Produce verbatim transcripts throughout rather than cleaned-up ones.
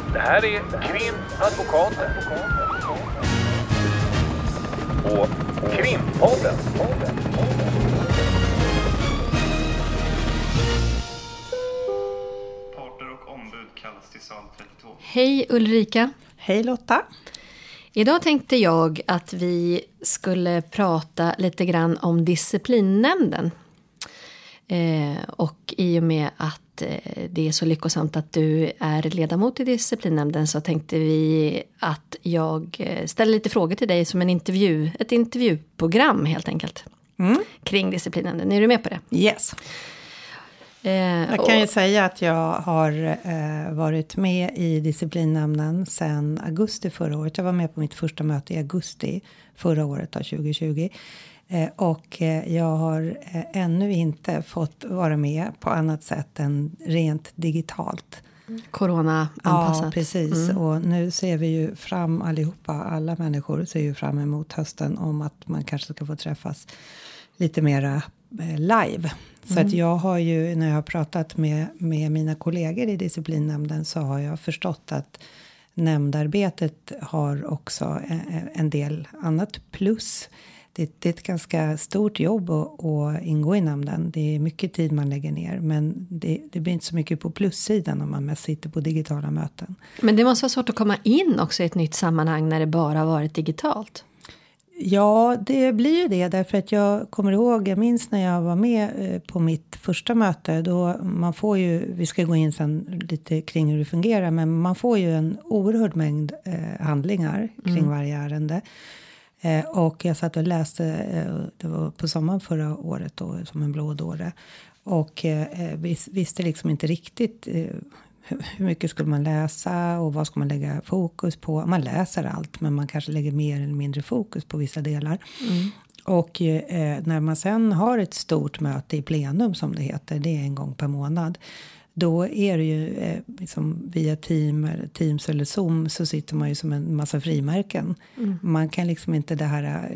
Det här är Krimadvokaten. Och Krimpodden. Parter och ombud kallas till sal trettiotvå. Hej Ulrika. Hej Lotta. Idag tänkte jag att vi skulle prata lite grann om disciplinnämnden. Eh, och i och med att eh, det är så lyckosamt att du är ledamot i disciplinnämnden så tänkte vi att jag eh, ställer lite frågor till dig som en intervju, ett intervjuprogram helt enkelt. Mm. Kring disciplinnämnden. Är du med på det? Yes. Eh, jag kan och, ju säga att jag har eh, varit med i disciplinnämnden sedan augusti förra året. Jag var med på mitt första möte i augusti förra året, då, tjugo tjugo. Eh, och eh, jag har eh, ännu inte fått vara med på annat sätt än rent digitalt. Corona-anpassat. Ja, precis. Mm. Och nu ser vi ju fram allihopa, alla människor ser ju fram emot hösten om att man kanske ska få träffas lite mera eh, live. Så mm. att jag har ju, när jag har pratat med, med mina kollegor i disciplinnämnden så har jag förstått att nämndarbetet har också en, en del annat plus. Det, det är ett ganska stort jobb att, att ingå i nämnden. Det är mycket tid man lägger ner. Men det, det blir inte så mycket på plussidan om man mest sitter på digitala möten. Men det måste vara svårt att komma in också i ett nytt sammanhang när det bara har varit digitalt. Ja, det blir ju det. Därför att jag kommer ihåg, jag minns när jag var med på mitt första möte. Då man får ju, vi ska gå in sen lite kring hur det fungerar. Men man får ju en oerhörd mängd eh, handlingar kring mm. varje ärende. Eh, och jag satt och läste, eh, det var på sommaren förra året då, som en blådåre. Och eh, vis, visste liksom inte riktigt eh, hur mycket skulle man läsa och vad ska man lägga fokus på. Man läser allt men man kanske lägger mer eller mindre fokus på vissa delar. Mm. Och eh, när man sen har ett stort möte i plenum som det heter, det är en gång per månad. Då är det ju eh, liksom via team, Teams eller Zoom så sitter man ju som en massa frimärken. Mm. Man kan liksom inte det här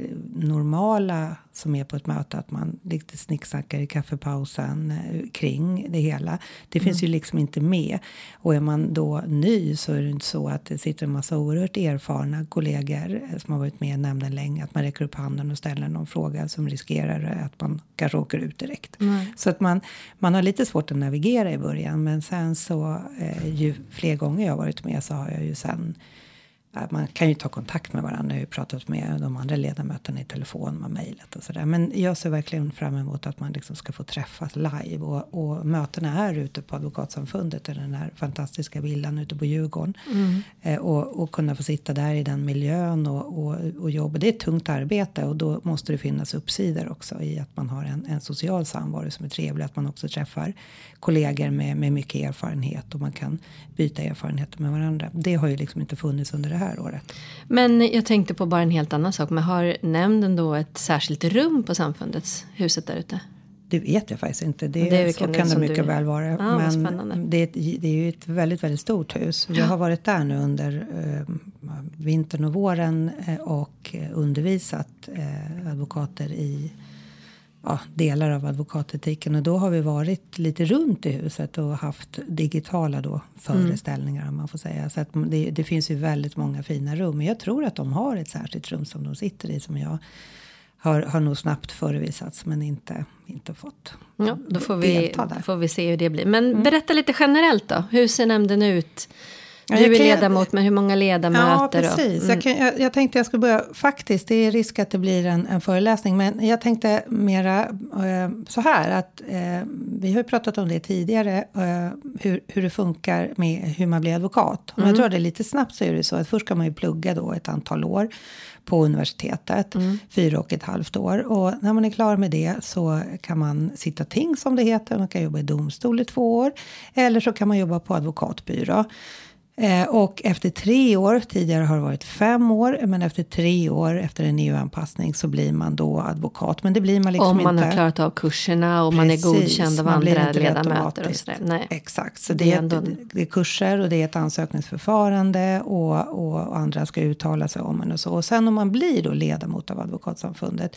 normala som är på ett möte att man lite snicksnackar i kaffepausen eh, kring det hela. Det mm. finns ju liksom inte med. Och är man då ny så är det inte så att det sitter en massa oerhört erfarna kollegor eh, som har varit med i nämnden länge. Att man räcker upp handen och ställer någon fråga som riskerar att man kanske åker ut direkt. Mm. Så att man, man har lite svårt att navigera i början. Men sen så, eh, ju fler gånger jag har varit med så har jag ju sen, eh, man kan ju ta kontakt med varandra. Jag har ju pratat med de andra ledamöterna i telefon, med mejlet och sådär. Men jag ser verkligen fram emot att man liksom ska få träffas live. Och, och mötena är ute på Advokatsamfundet i den här fantastiska villan ute på Djurgården. Mm. Eh, och, och kunna få sitta där i den miljön och, och, och jobba. Det är ett tungt arbete och då måste det finnas uppsidor också i att man har en, en social samvaro som är trevlig. Att man också träffar kollegor med, med mycket erfarenhet och man kan byta erfarenheter med varandra. Det har ju liksom inte funnits under det här året. Men jag tänkte på bara en helt annan sak. Men har nämnden då ett särskilt rum på samfundets huset där ute? Det vet jag faktiskt inte. Det, det är, så kan det, kan det mycket du... väl vara. Ah, men det är, ett, det är ju ett väldigt, väldigt stort hus. Jag har varit där nu under eh, vintern och våren eh, och undervisat eh, advokater i ja, delar av advokatetiken. Och då har vi varit lite runt i huset och haft digitala då föreställningar mm. om man får säga. Så att det, det finns ju väldigt många fina rum. Men jag tror att de har ett särskilt rum som de sitter i som jag har, har nog snabbt förevisats men inte, inte fått ja, då får vi, då får vi se hur det blir. Men mm. berätta lite generellt då. Hur ser nämnden ut? Du är kan, ledamot med hur många ledamöter? Ja, precis. Mm. Jag, kan, jag, jag tänkte jag skulle börja, faktiskt det är risk att det blir en, en föreläsning. Men jag tänkte mera eh, så här att eh, vi har ju pratat om det tidigare. Eh, hur, hur det funkar med hur man blir advokat. Om mm. jag drar det lite snabbt så är det så att först ska man ju plugga då ett antal år på universitetet. Mm. Fyra och ett halvt år. Och när man är klar med det så kan man sitta ting som det heter. Man kan jobba i domstol i två år. Eller så kan man jobba på advokatbyrå. Eh, och efter tre år, tidigare har det varit fem år, men efter tre år efter en E U-anpassning så blir man då advokat. Men det blir man liksom inte. Om man inte. har klarat av kurserna och Precis, man är godkänd av andra ledamöter och sådär. Nej. Exakt, så det, det, är ändå... ett, det är kurser och det är ett ansökningsförfarande och, och, och andra ska uttala sig om en och så. Och sen om man blir då ledamot av Advokatsamfundet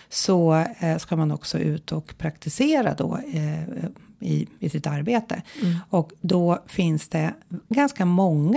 så eh, ska man också ut och praktisera då eh, i, i sitt arbete. Mm. Och då finns det ganska många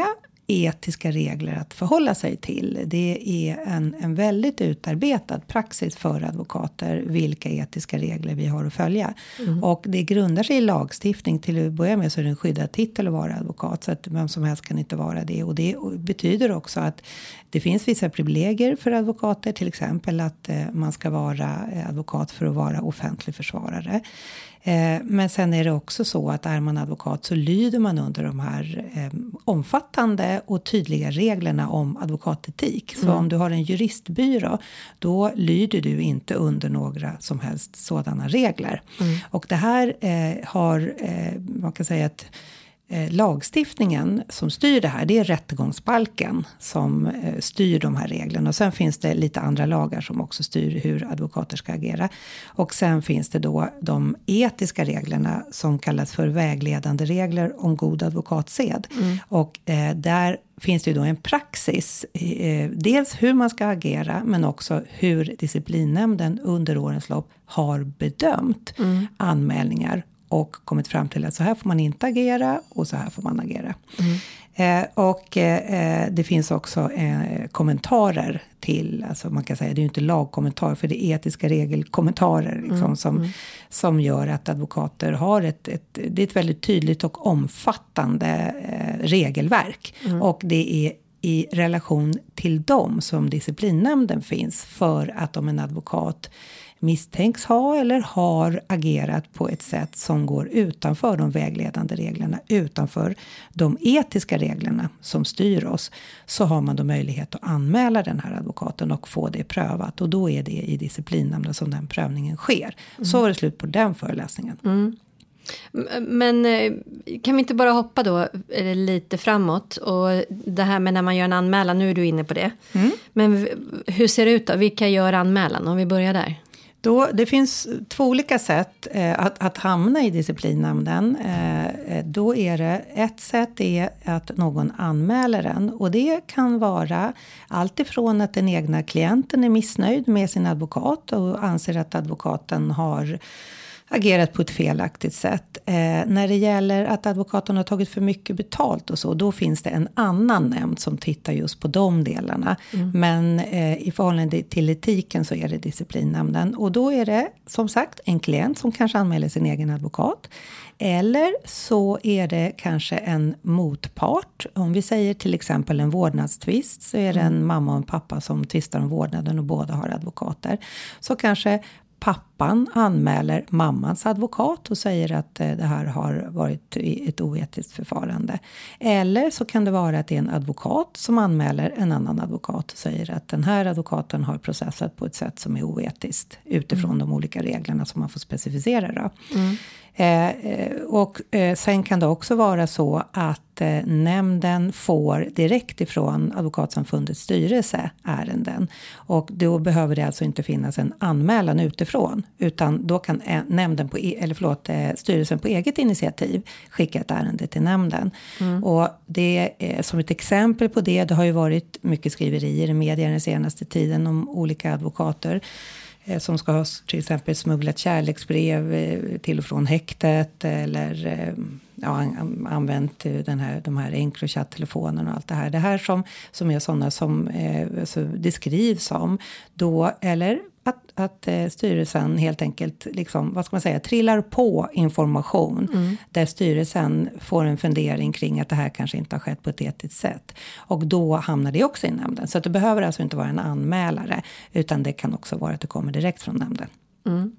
etiska regler att förhålla sig till. Det är en, en väldigt utarbetad praxis för advokater vilka etiska regler vi har att följa. Mm. Och det grundar sig i lagstiftning. Till att börja med så är det en skyddad titel att vara advokat, så att vem som helst kan inte vara det. Och det betyder också att det finns vissa privilegier för advokater, till exempel att eh, man ska vara advokat för att vara offentlig försvarare. Eh, men sen är det också så att är man advokat så lyder man under de här eh, omfattande och tydliga reglerna om advokatetik. Så mm. om du har en juristbyrå, då lyder du inte under några som helst sådana regler. Mm. Och det här eh, har, eh, man kan säga att Eh, lagstiftningen som styr det här, det är rättegångsbalken som eh, styr de här reglerna. Och sen finns det lite andra lagar som också styr hur advokater ska agera. Och sen finns det då de etiska reglerna som kallas för vägledande regler om god advokatsed. Mm. Och eh, där finns det ju då en praxis, eh, dels hur man ska agera men också hur disciplinnämnden under årens lopp har bedömt mm. anmälningar och kommit fram till att så här får man inte agera och så här får man agera. Mm. Eh, och eh, det finns också eh, kommentarer till, alltså man kan säga det är ju inte lagkommentarer för det är etiska regelkommentarer liksom, mm. Som, mm. som gör att advokater har ett, ett, det är ett väldigt tydligt och omfattande eh, regelverk. Mm. Och det är i relation till dem som disciplinnämnden finns för att om en advokat misstänks ha eller har agerat på ett sätt som går utanför de vägledande reglerna, utanför de etiska reglerna som styr oss, så har man då möjlighet att anmäla den här advokaten och få det prövat. Och då är det i disciplinnämnden som den prövningen sker. Mm. Så var det slut på den föreläsningen. Mm. Men kan vi inte bara hoppa då lite framåt, och det här med när man gör en anmälan, nu är du inne på det. Mm. Men hur ser det ut då? Vilka gör anmälan om vi börjar där? Då, det finns två olika sätt eh, att, att hamna i disciplinnämnden. Eh, då är det ett sätt är att någon anmäler den. Och det kan vara allt ifrån att den egna klienten är missnöjd med sin advokat och anser att advokaten har agerat på ett felaktigt sätt. Eh, när det gäller att advokaten har tagit för mycket betalt och så, då finns det en annan nämnd som tittar just på de delarna. Mm. Men eh, i förhållande till etiken så är det disciplinnämnden. Och då är det som sagt en klient som kanske anmäler sin egen advokat. Eller så är det kanske en motpart. Om vi säger till exempel en vårdnadstvist, så är det en mamma och en pappa som tvistar om vårdnaden och båda har advokater. Så kanske pappan anmäler mammans advokat och säger att det här har varit ett oetiskt förfarande. Eller så kan det vara att det är en advokat som anmäler en annan advokat och säger att den här advokaten har processat på ett sätt som är oetiskt utifrån mm. de olika reglerna som man får specificera då. Mm. Eh, och eh, sen kan det också vara så att eh, nämnden får direkt ifrån advokatsamfundets styrelse ärenden. Och då behöver det alltså inte finnas en anmälan utifrån, utan då kan eh, nämnden på, eller förlåt, eh, styrelsen på eget initiativ skicka ett ärende till nämnden. Mm. Och det är som ett exempel på det, det har ju varit mycket skriverier i media den senaste tiden om olika advokater som ska ha till exempel smugglat kärleksbrev till och från häktet eller ja, använt den här, de här Encrochat-telefonerna och allt det här. Det här som, som är sådana som eh, så det skrivs som då, eller att, att eh, styrelsen helt enkelt liksom, vad ska man säga, trillar på information mm. där styrelsen får en fundering kring att det här kanske inte har skett på ett etiskt sätt. Och då hamnar det också i nämnden. Så att det behöver alltså inte vara en anmälare, utan det kan också vara att det kommer direkt från nämnden. Mm.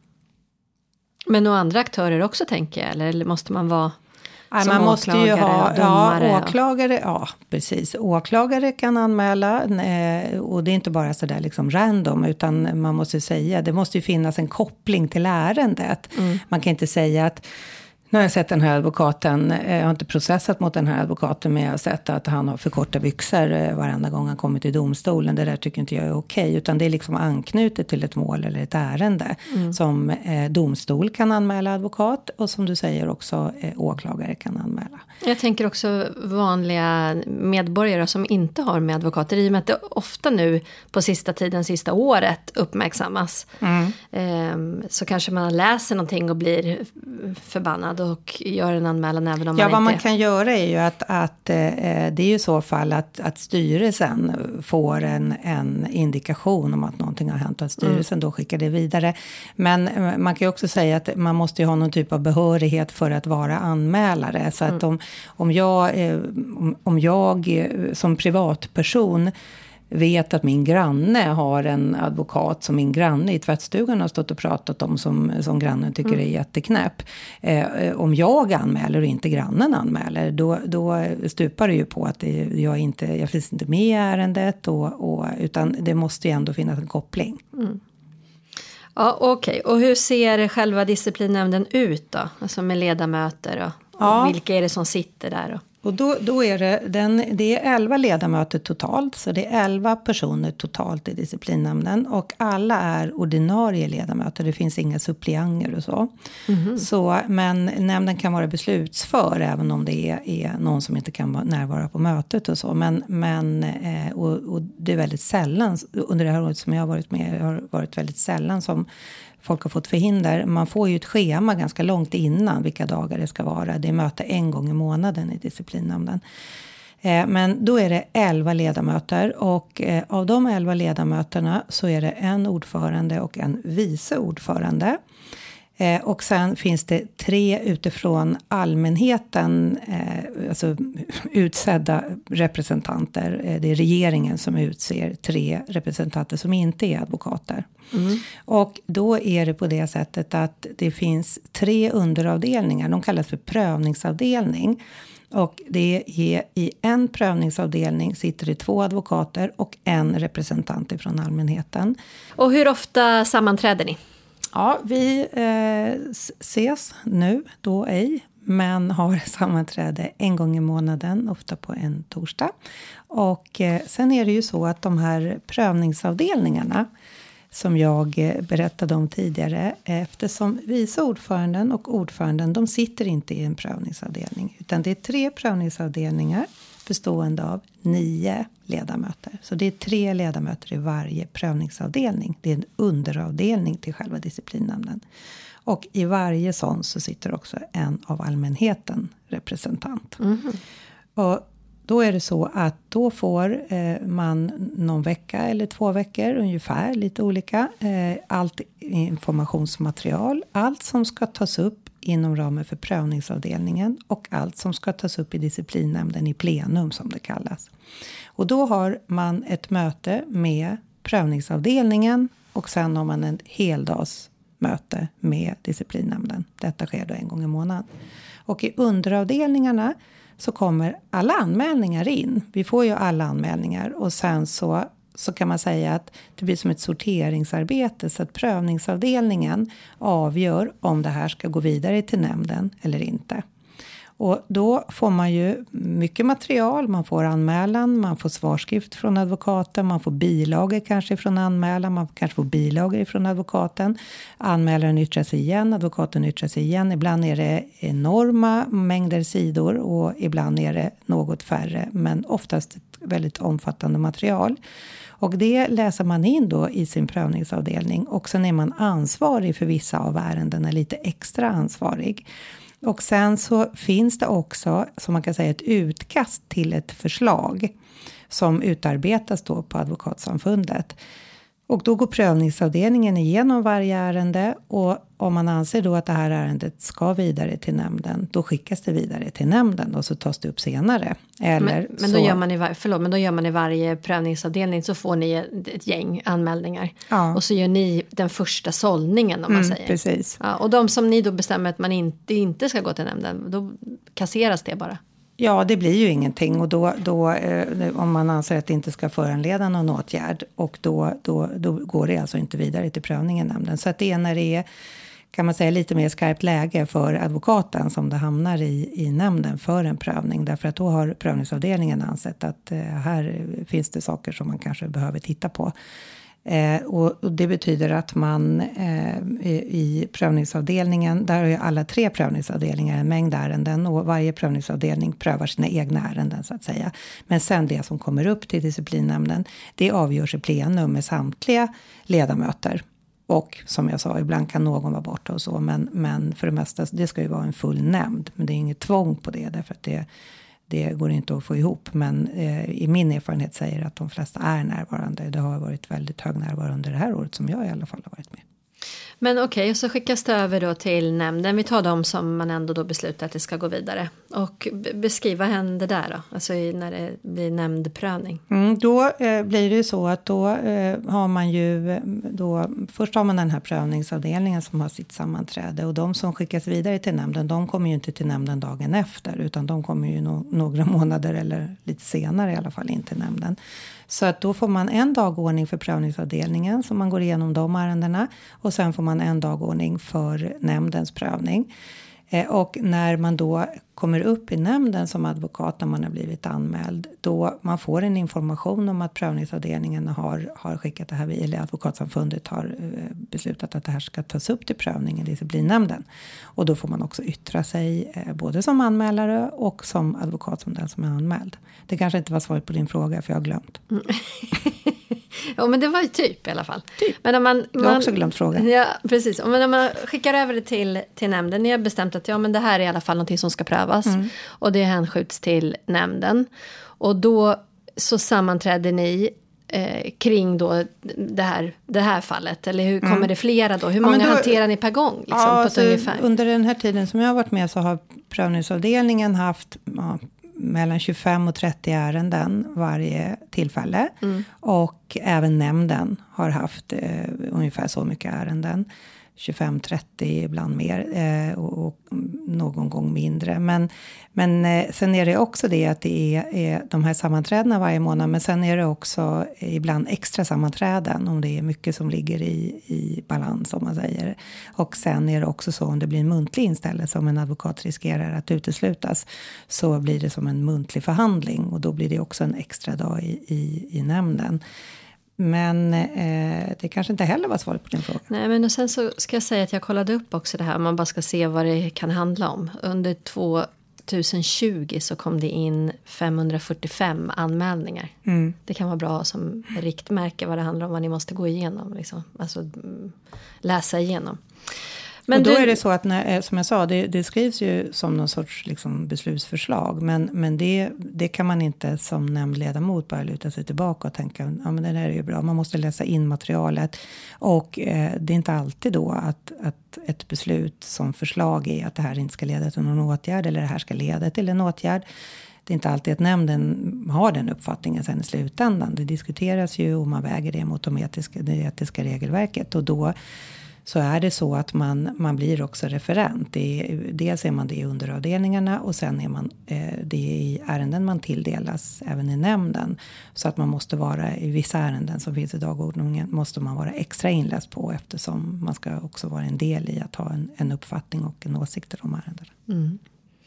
Men och andra aktörer också, tänker jag, eller måste man vara... Ja, man måste ju ha ja, åklagare, ja precis. Åklagare kan anmäla och det är inte bara så där liksom random, utan man måste säga, det måste ju finnas en koppling till ärendet. Mm. Man kan inte säga att nu har jag sett den här advokaten, jag har inte processat mot den här advokaten, men jag har sett att han har för korta byxor varenda gång han kommer till domstolen. Det där tycker inte jag är okej, utan det är liksom anknutet till ett mål eller ett ärende mm. som eh, domstol kan anmäla advokat och som du säger också eh, åklagare kan anmäla. Jag tänker också vanliga medborgare som inte har med advokater, i och med att det ofta nu på sista tiden, sista året uppmärksammas. Mm. Eh, så kanske man läser någonting och blir förbannad beredd och gör en anmälan även om ja, man vad inte... man kan göra är ju att, att eh, det är ju så fall att, att styrelsen får en, en indikation om att någonting har hänt och att styrelsen mm. då skickar det vidare. Men eh, man kan ju också säga att man måste ju ha någon typ av behörighet för att vara anmälare. Så att om, om, jag, eh, om, om jag eh, som privatperson vet att min granne har en advokat som min granne i tvättstugan har stått och pratat om som, som grannen tycker mm. är jätteknäpp. Eh, om jag anmäler och inte grannen anmäler, då, då stupar det ju på att det, jag, inte, jag finns inte med i ärendet och, och, utan det måste ju ändå finnas en koppling. Mm. Ja, okej. Okay. Och hur ser själva disciplinnämnden ut då? Alltså med ledamöter och, ja. och vilka är det som sitter där då? Och då, då är det, den, det är elva ledamöter totalt, så det är elva personer totalt i disciplinnämnden och alla är ordinarie ledamöter, det finns inga suppleanter och så. Mm-hmm. så. Men nämnden kan vara beslutsför även om det är, är någon som inte kan närvara på mötet och så. Men, men, eh, och, och det är väldigt sällan, under det här året som jag har varit med, har varit väldigt sällan som folk har fått förhinder. Man får ju ett schema ganska långt innan vilka dagar det ska vara. Det är möte en gång i månaden i disciplinnämnden. Eh, men då är det elva ledamöter och eh, av de elva ledamöterna så är det en ordförande och en vice ordförande. Eh, och sen finns det tre utifrån allmänheten, eh, alltså utsedda representanter. Eh, det är regeringen som utser tre representanter som inte är advokater. Mm. Och då är det på det sättet att det finns tre underavdelningar, de kallas för prövningsavdelning. Och det är i en prövningsavdelning sitter det två advokater och en representant från allmänheten. Och hur ofta sammanträder ni? Ja, vi eh, ses nu, då ej, men har sammanträde en gång i månaden, ofta på en torsdag. Och eh, sen är det ju så att de här prövningsavdelningarna som jag eh, berättade om tidigare, eftersom vice ordföranden och ordföranden, de sitter inte i en prövningsavdelning, utan det är tre prövningsavdelningar bestående av nio ledamöter. Så det är tre ledamöter i varje prövningsavdelning. Det är en underavdelning till själva disciplinnämnden. Och i varje sån så sitter också en av allmänheten representant. Mm-hmm. Och då är det så att då får eh, man någon vecka eller två veckor ungefär, lite olika, eh, allt informationsmaterial, allt som ska tas upp inom ramen för prövningsavdelningen och allt som ska tas upp i disciplinnämnden i plenum som det kallas. Och då har man ett möte med prövningsavdelningen och sen har man en heldagsmöte med disciplinnämnden. Detta sker då en gång i månaden. Och i underavdelningarna så kommer alla anmälningar in. Vi får ju alla anmälningar och sen så, så kan man säga att det blir som ett sorteringsarbete så att prövningsavdelningen avgör om det här ska gå vidare till nämnden eller inte. Och då får man ju mycket material, man får anmälan, man får svarskrift från advokaten, man får bilagor kanske från anmälan, man kanske får bilagor från advokaten. Anmälaren yttrar sig igen, advokaten yttrar sig igen. Ibland är det enorma mängder sidor och ibland är det något färre, men oftast ett väldigt omfattande material. Och det läser man in då i sin prövningsavdelning och sen är man ansvarig för vissa av ärendena, lite extra ansvarig. Och sen så finns det också, som man kan säga, ett utkast till ett förslag som utarbetas då på advokatsamfundet. Och då går prövningsavdelningen igenom varje ärende och om man anser då att det här ärendet ska vidare till nämnden, då skickas det vidare till nämnden och så tas det upp senare. Eller men, men, så... då gör man i var, förlåt, men då gör man i varje prövningsavdelning så får ni ett gäng anmälningar. Ja. Och så gör ni den första sållningen om man mm, säger. Precis. Ja, och de som ni då bestämmer att man inte, inte ska gå till nämnden, då kasseras det bara. Ja, det blir ju ingenting och då, då eh, om man anser att det inte ska föranleda någon åtgärd och då, då, då går det alltså inte vidare till prövningen i nämnden. Så att det är när det är, kan man säga, lite mer skarpt läge för advokaten som det hamnar i, i nämnden för en prövning. Därför att då har prövningsavdelningen ansett att eh, här finns det saker som man kanske behöver titta på. Eh, och, och det betyder att man eh, i, i prövningsavdelningen, där har ju alla tre prövningsavdelningar en mängd ärenden och varje prövningsavdelning prövar sina egna ärenden så att säga. Men sen det som kommer upp till disciplinnämnden, det avgörs i plenum med samtliga ledamöter Och som jag sa, ibland kan någon vara borta och så. Men, men för det mesta, det ska ju vara en full nämnd. Men det är inget tvång på det, därför att det, det går inte att få ihop. Men eh, i min erfarenhet säger att de flesta är närvarande. Det har varit väldigt hög närvaro under det här året som jag i alla fall har varit med. Men okej, okay, så skickas det över då till nämnden. Vi tar dem som man ändå då beslutar att det ska gå vidare. Och b- beskriva vad händer där då? Alltså i, när det blir nämndprövning. Mm, då eh, blir det ju så att då eh, har man ju... Då, först har man den här prövningsavdelningen som har sitt sammanträde. Och de som skickas vidare till nämnden, de kommer ju inte till nämnden dagen efter. Utan de kommer ju no- några månader eller lite senare i alla fall in till nämnden. Så att då får man en dagordning för prövningsavdelningen, så man går igenom de ärendena. Och sen får man en dagordning för nämndens prövning. Eh, och när man då kommer upp i nämnden som advokat när man har blivit anmäld, då man får en information om att prövningsavdelningen har, har skickat det här, eller advokatsamfundet har eh, beslutat att det här ska tas upp till prövning i disciplinnämnden. Och då får man också yttra sig eh, både som anmälare och som advokat som den som är anmäld. Det kanske inte var svaret på din fråga, för jag har glömt. Mm. Ja, men det var ju typ i alla fall. Typ. Men när man, jag har man, också glömt frågan. Ja, precis. Och men när man skickar över det till, till nämnden, ni har bestämt att ja, men det här är i alla fall någonting som ska prövas. Mm. Och det hänskjuts till nämnden. Och då så sammanträder ni eh, kring då det här, det här fallet. Eller hur kommer mm. det flera då? Hur många ja, då, hanterar ni per gång? Liksom, ja, på ett ungefär? Under den här tiden som jag har varit med så har prövningsavdelningen haft... Ja, mellan tjugofem och trettio ärenden varje tillfälle. Mm. Och även nämnden har haft eh, ungefär så mycket ärenden. tjugofem trettio, ibland mer eh, och, och någon gång mindre. Men, men eh, sen är det också det att det är, är de här sammanträdena varje månad. Men sen är det också ibland extra sammanträden om det är mycket som ligger i, i balans, om man säger. Och sen är det också så om det blir en muntlig inställelse, om en advokat riskerar att uteslutas, så blir det som en muntlig förhandling. Och då blir det också en extra dag i, i, i nämnden. Men eh, det kanske inte heller var svaret på din fråga. Nej, men och sen så ska jag säga att jag kollade upp också det här. Man bara ska se vad det kan handla om. Under tjugohundratjugo så kom det in femhundrafyrtiofem anmälningar. Mm. Det kan vara bra som riktmärke vad det handlar om. Vad ni måste gå igenom. Liksom. Alltså läsa igenom. Men och då du... är det så att, när, som jag sa, det, det skrivs ju som någon sorts liksom, beslutsförslag. Men, men det, det kan man inte som nämndledamot bara luta sig tillbaka och tänka, ja men det där är ju bra. Man måste läsa in materialet. Och eh, det är inte alltid då att, att ett beslut som förslag är att det här inte ska leda till någon åtgärd. Eller det här ska leda till en åtgärd. Det är inte alltid att nämnden har den uppfattningen sen i slutändan. Det diskuteras ju och man väger det mot de etiska, det etiska regelverket. Och då... så är det så att man, man blir också referent. Det är, dels är man det i underavdelningarna och sen är man eh, det i ärenden man tilldelas även i nämnden. Så att man måste vara i vissa ärenden som finns i dagordningen måste man vara extra inläst på, eftersom man ska också vara en del i att ha en, en uppfattning och en åsikt om ärendena. Mm.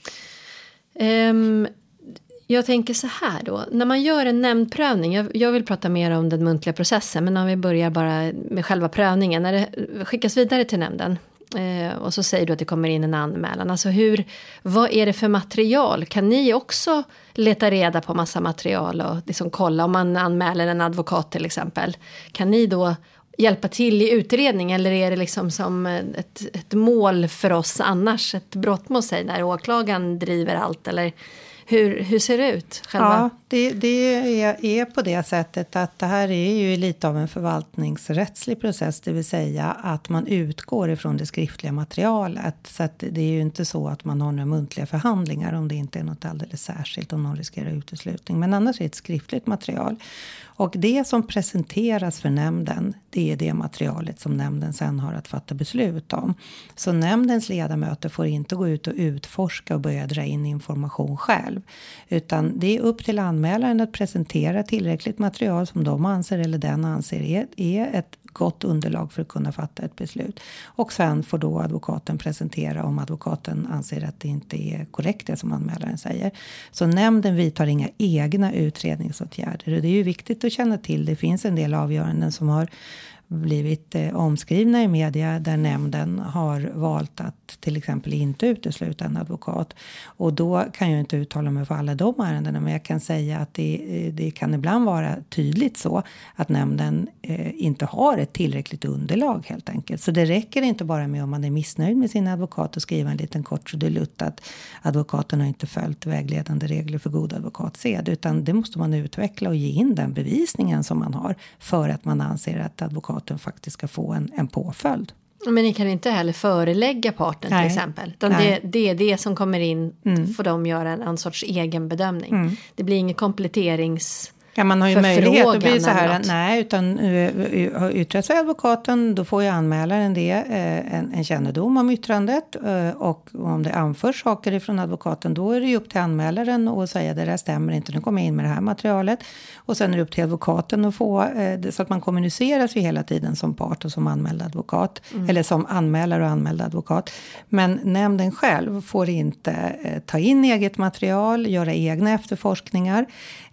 Um... Jag tänker så här då, när man gör en nämndprövning, jag, jag vill prata mer om den muntliga processen, men om vi börjar bara med själva prövningen, när det skickas vidare till nämnden eh, och så säger du att det kommer in en anmälan, alltså hur, vad är det för material? Kan ni också leta reda på massa material och liksom kolla om man anmäler en advokat till exempel? Kan ni då hjälpa till i utredning, eller är det liksom som ett, ett mål för oss annars, ett brottmål säg, där åklagaren driver allt, eller... Hur, hur ser det ut själva? Ja, det, det är, är på det sättet att det här är ju lite av en förvaltningsrättslig process. Det vill säga att man utgår ifrån det skriftliga materialet. Så att det är ju inte så att man har några muntliga förhandlingar om det inte är något alldeles särskilt, om någon riskerar uteslutning. Men annars är det ett skriftligt material. Och det som presenteras för nämnden, det är det materialet som nämnden sen har att fatta beslut om. Så nämndens ledamöter får inte gå ut och utforska och börja dra in information själv. Utan det är upp till anmälaren att presentera tillräckligt material som de anser eller den anser är, är ett gott underlag för att kunna fatta ett beslut. Och sen får då advokaten presentera om advokaten anser att det inte är korrekt det som anmälaren säger. Så nämnden vidtar inga egna utredningsåtgärder. Och det är ju viktigt att känna till. Det finns en del avgöranden som har blivit eh, omskrivna i media där nämnden har valt att till exempel inte utesluta en advokat. Och då kan jag inte uttala mig för alla de ärendena, men jag kan säga att det, det kan ibland vara tydligt så att nämnden eh, inte har ett tillräckligt underlag helt enkelt. Så det räcker inte bara med om man är missnöjd med sin advokat och skriva en liten kort trudelutt att advokaten har inte följt vägledande regler för god advokatsed, utan det måste man utveckla och ge in den bevisningen som man har för att man anser att advokaten faktiskt ska få en, en påföljd. Men ni kan inte heller förelägga parten till Nej. exempel. Utan det, det är det som kommer in, mm. för dem göra en, en sorts egen bedömning. Mm. Det blir ingen kompletterings... Ja, man har ju möjlighet att bli så här, nej, utan uh, yttrar sig advokaten, då får ju anmälaren det, uh, en, en kännedom om yttrandet, uh, och om det anförs saker ifrån advokaten, då är det ju upp till anmälaren att säga det där stämmer inte, nu kommer jag in med det här materialet, och sen är det upp till advokaten att få, uh, så att man kommuniceras ju hela tiden som part och som anmäld advokat, mm. eller som anmälare och anmäld advokat, men nämnden själv får inte uh, ta in eget material, göra egna efterforskningar,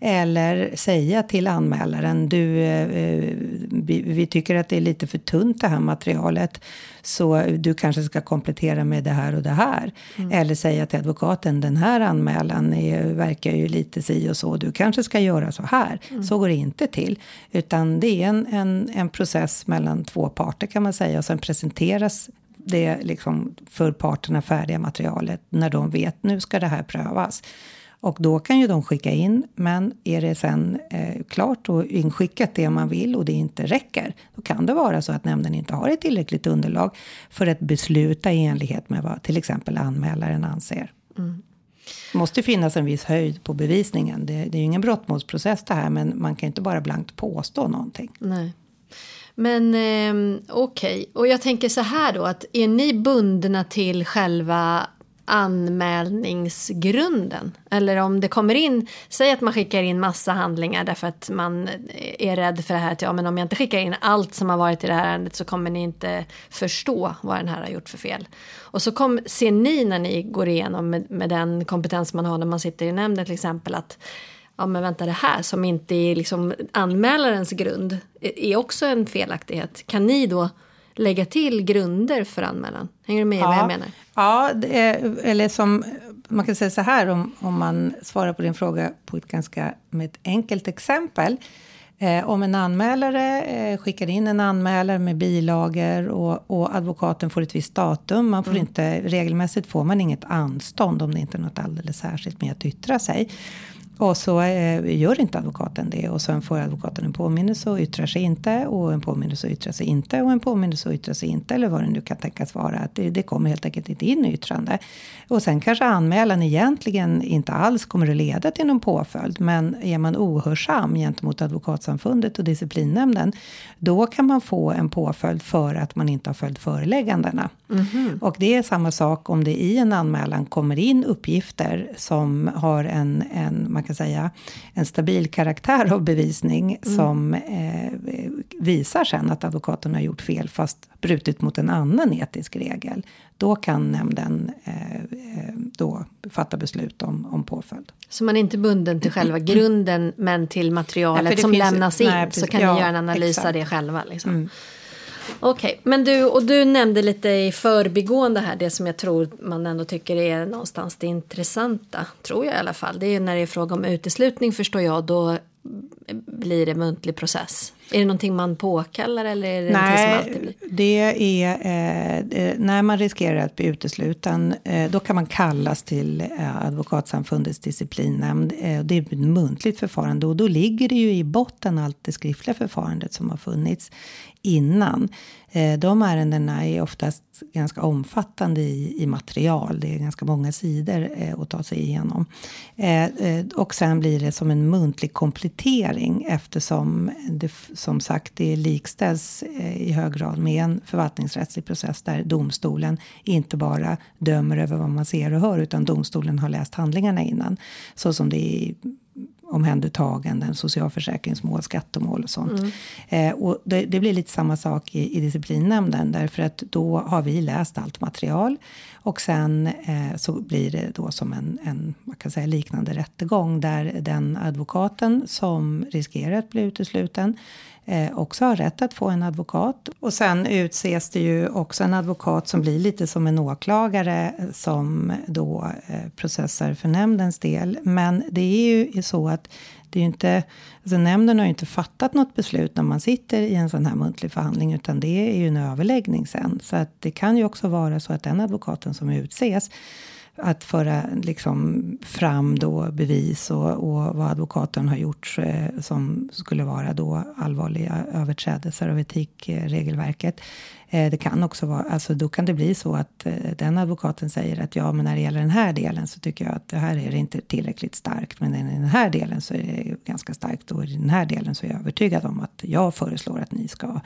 eller säga till anmälaren, du, eh, vi, vi tycker att det är lite för tunt det här materialet, så du kanske ska komplettera med det här och det här. Mm. Eller säga till advokaten, den här anmälan är, verkar ju lite si och så, du kanske ska göra så här. Mm. Så går det inte till. Utan det är en, en, en process mellan två parter kan man säga, och sen presenteras det liksom för parterna färdiga materialet när de vet, nu ska det här prövas. Och då kan ju de skicka in, men är det sen eh, klart och inskickat det man vill och det inte räcker, då kan det vara så att nämnden inte har ett tillräckligt underlag för att besluta i enlighet med vad till exempel anmälaren anser. Mm. Det måste finnas en viss höjd på bevisningen. Det, det är ju ingen brottmålsprocess det här, men man kan inte bara blankt påstå någonting. Nej. Men eh, okej, okay. Och jag tänker så här då, att är ni bundna till själva anmälningsgrunden, eller om det kommer in, säg att man skickar in massa handlingar därför att man är rädd för det här, att ja, men om jag inte skickar in allt som har varit i det här ärendet så kommer ni inte förstå vad den här har gjort för fel. Och så kom, ser ni när ni går igenom med, med den kompetens man har när man sitter i nämnden till exempel, att ja, men vänta, det här som inte är liksom anmälarens grund är också en felaktighet. Kan ni då lägga till grunder för anmälan? Hänger du med i ja, vad jag menar? Ja, det är, eller som man kan säga så här, om, om man svarar på din fråga på ett ganska med ett enkelt exempel. Eh, om en anmälare eh, skickar in en anmälare med bilagor och, och advokaten får ett visst datum. Man får mm. inte, regelmässigt får man inget anstånd om det inte är något alldeles särskilt med att yttra sig. Och så eh, gör inte advokaten det. Och sen får advokaten en påminnelse och yttrar sig inte. Och en påminnelse och yttrar sig inte. Och en påminnelse och yttrar sig inte. Eller vad det nu kan tänkas vara. Att det, det kommer helt enkelt inte in i yttrande. Och sen kanske anmälan egentligen inte alls kommer att leda till någon påföljd. Men är man ohörsam gentemot advokatsamfundet och disciplinnämnden, då kan man få en påföljd för att man inte har följt föreläggandena. Mm-hmm. Och det är samma sak om det i en anmälan kommer in uppgifter som har en, en man kan säga, en stabil karaktär av bevisning mm. som eh, visar sen att advokaten har gjort fel fast brutit mot en annan etisk regel. Då kan nämnden eh, då fatta beslut om, om påföljd. Så man är inte bunden till själva grunden men till materialet ja, som finns, lämnas in, nej, så kan ja, ni göra en analys exakt. Av det själva liksom. Mm. Okej, okay. Men du, och du nämnde lite i förbigående här, det som jag tror man ändå tycker är någonstans det intressanta, tror jag i alla fall. Det är när det är fråga om uteslutning, förstår jag, då blir det muntlig process. Är det någonting man påkallar eller är det Nej, någonting som alltid blir? Det är eh, när man riskerar att bli utesluten, eh, då kan man kallas till eh, advokatsamfundets disciplinnämnd. Eh, det är ett muntligt förfarande och då ligger det ju i botten allt det skriftliga förfarandet som har funnits innan. Eh, de ärendena är oftast ganska omfattande i, i material. Det är ganska många sidor eh, att ta sig igenom. Eh, eh, och sen blir det som en muntlig komplettering eftersom det som sagt det likställs eh, i hög grad med en förvaltningsrättslig process där domstolen inte bara dömer över vad man ser och hör utan domstolen har läst handlingarna innan. Så som det är i omhändertaganden, socialförsäkringsmål, skattemål och sånt. Mm. Eh, och det, det blir lite samma sak i, i disciplinnämnden därför att då har vi läst allt material Och sen eh, så blir det då som en, en man kan säga, liknande rättegång där den advokaten som riskerar att bli utesluten eh, också har rätt att få en advokat. Och sen utses det ju också en advokat som blir lite som en åklagare som då eh, processar för nämndens del. Men det är ju så att det är ju inte, alltså nämnden har ju inte fattat något beslut när man sitter i en sån här muntlig förhandling, utan det är ju en överläggning sen. Så att det kan ju också vara så att den advokaten som utses att föra liksom fram då bevis och, och vad advokaten har gjort eh, som skulle vara då allvarliga överträdelser av etikregelverket. Eh, det kan också vara, alltså då kan det bli så att eh, den advokaten säger att ja, men när det gäller den här delen så tycker jag att det här är inte tillräckligt starkt, men i den här delen så är det ganska starkt, och i den här delen så är jag övertygad om att jag föreslår att ni ska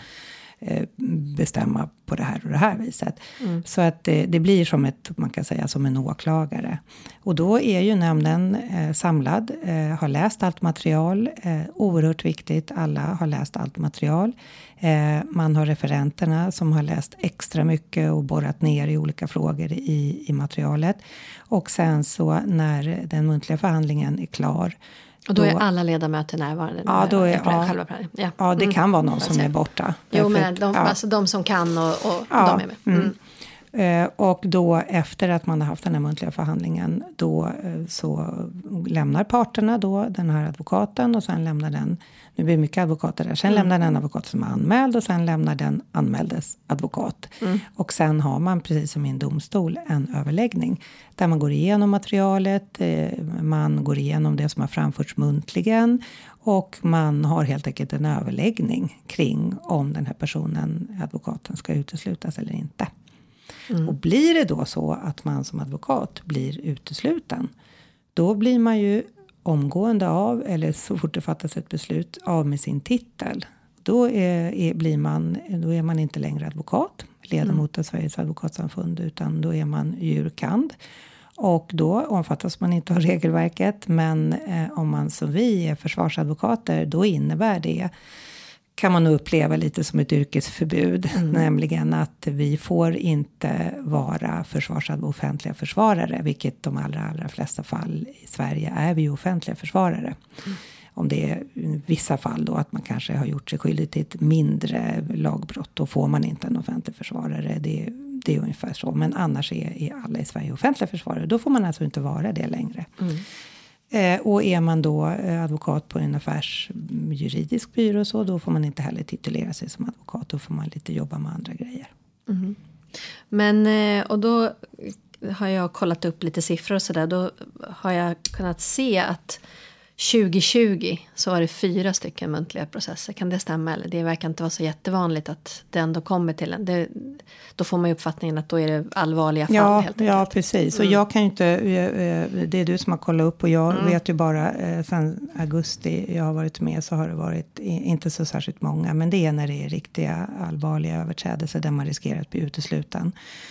bestämma på det här och det här viset. Mm. Så att det, det blir som ett, man kan säga, som en åklagare. Och då är ju nämnden eh, samlad, eh, har läst allt material, eh, oerhört viktigt, alla har läst allt material. Eh, man har referenterna som har läst extra mycket och borrat ner i olika frågor i, i materialet. Och sen så när den muntliga förhandlingen är klar, och då, då är alla ledamöter närvarande? Ja, då är, ja, själva ja. ja, det kan vara någon som är borta. Jo, men de, ja. alltså de som kan och, och ja, de är med. Mm. Mm. Eh, och då efter att man har haft den här muntliga förhandlingen, då eh, så lämnar parterna då den här advokaten, och sen lämnar den, nu blir det mycket advokater där, sen mm. lämnar den advokat som är anmäld, och sen lämnar den anmäldes advokat. Mm. Och sen har man, precis som i en domstol, en överläggning där man går igenom materialet, eh, man går igenom det som har framförts muntligen, och man har helt enkelt en överläggning kring om den här personen, advokaten, ska uteslutas eller inte. Mm. Och blir det då så att man som advokat blir utesluten, då blir man ju omgående av, eller så fort det fattas ett beslut, av med sin titel. Då är, är, blir man, då är man inte längre advokat, ledamot av Sveriges advokatsamfund, utan då är man jurkand. Och då omfattas man inte av regelverket, men eh, om man som vi är försvarsadvokater, då innebär det, kan man uppleva lite som ett yrkesförbud. Mm. Nämligen att vi får inte vara försvarsadv- offentliga försvarare. Vilket de allra, allra flesta fall i Sverige är vi ju offentliga försvarare. Mm. Om det är i vissa fall då att man kanske har gjort sig skyldig till ett mindre lagbrott, då får man inte en offentlig försvarare. Det, det är ungefär så. Men annars är, är alla i Sverige offentliga försvarare. Då får man alltså inte vara det längre. Mm. Eh, och är man då eh, advokat på en affärsjuridisk byrå, så då får man inte heller titulera sig som advokat. Då får man lite jobba med andra grejer. Mm. Men, eh, och då har jag kollat upp lite siffror och sådär. Då har jag kunnat se att tjugo tjugo så var det fyra stycken muntliga processer. Kan det stämma? Eller det verkar inte vara så jättevanligt att det ändå kommer till en. Det, då får man ju uppfattningen att då är det allvarliga fall. Ja, helt enkelt. Ja, precis. Mm. Och jag kan ju inte, det är du som har kollat upp, och jag mm. vet ju bara sedan augusti jag har varit med, så har det varit inte så särskilt många. Men det är när det är riktiga allvarliga överträdelser där man riskerar att bli utesluten.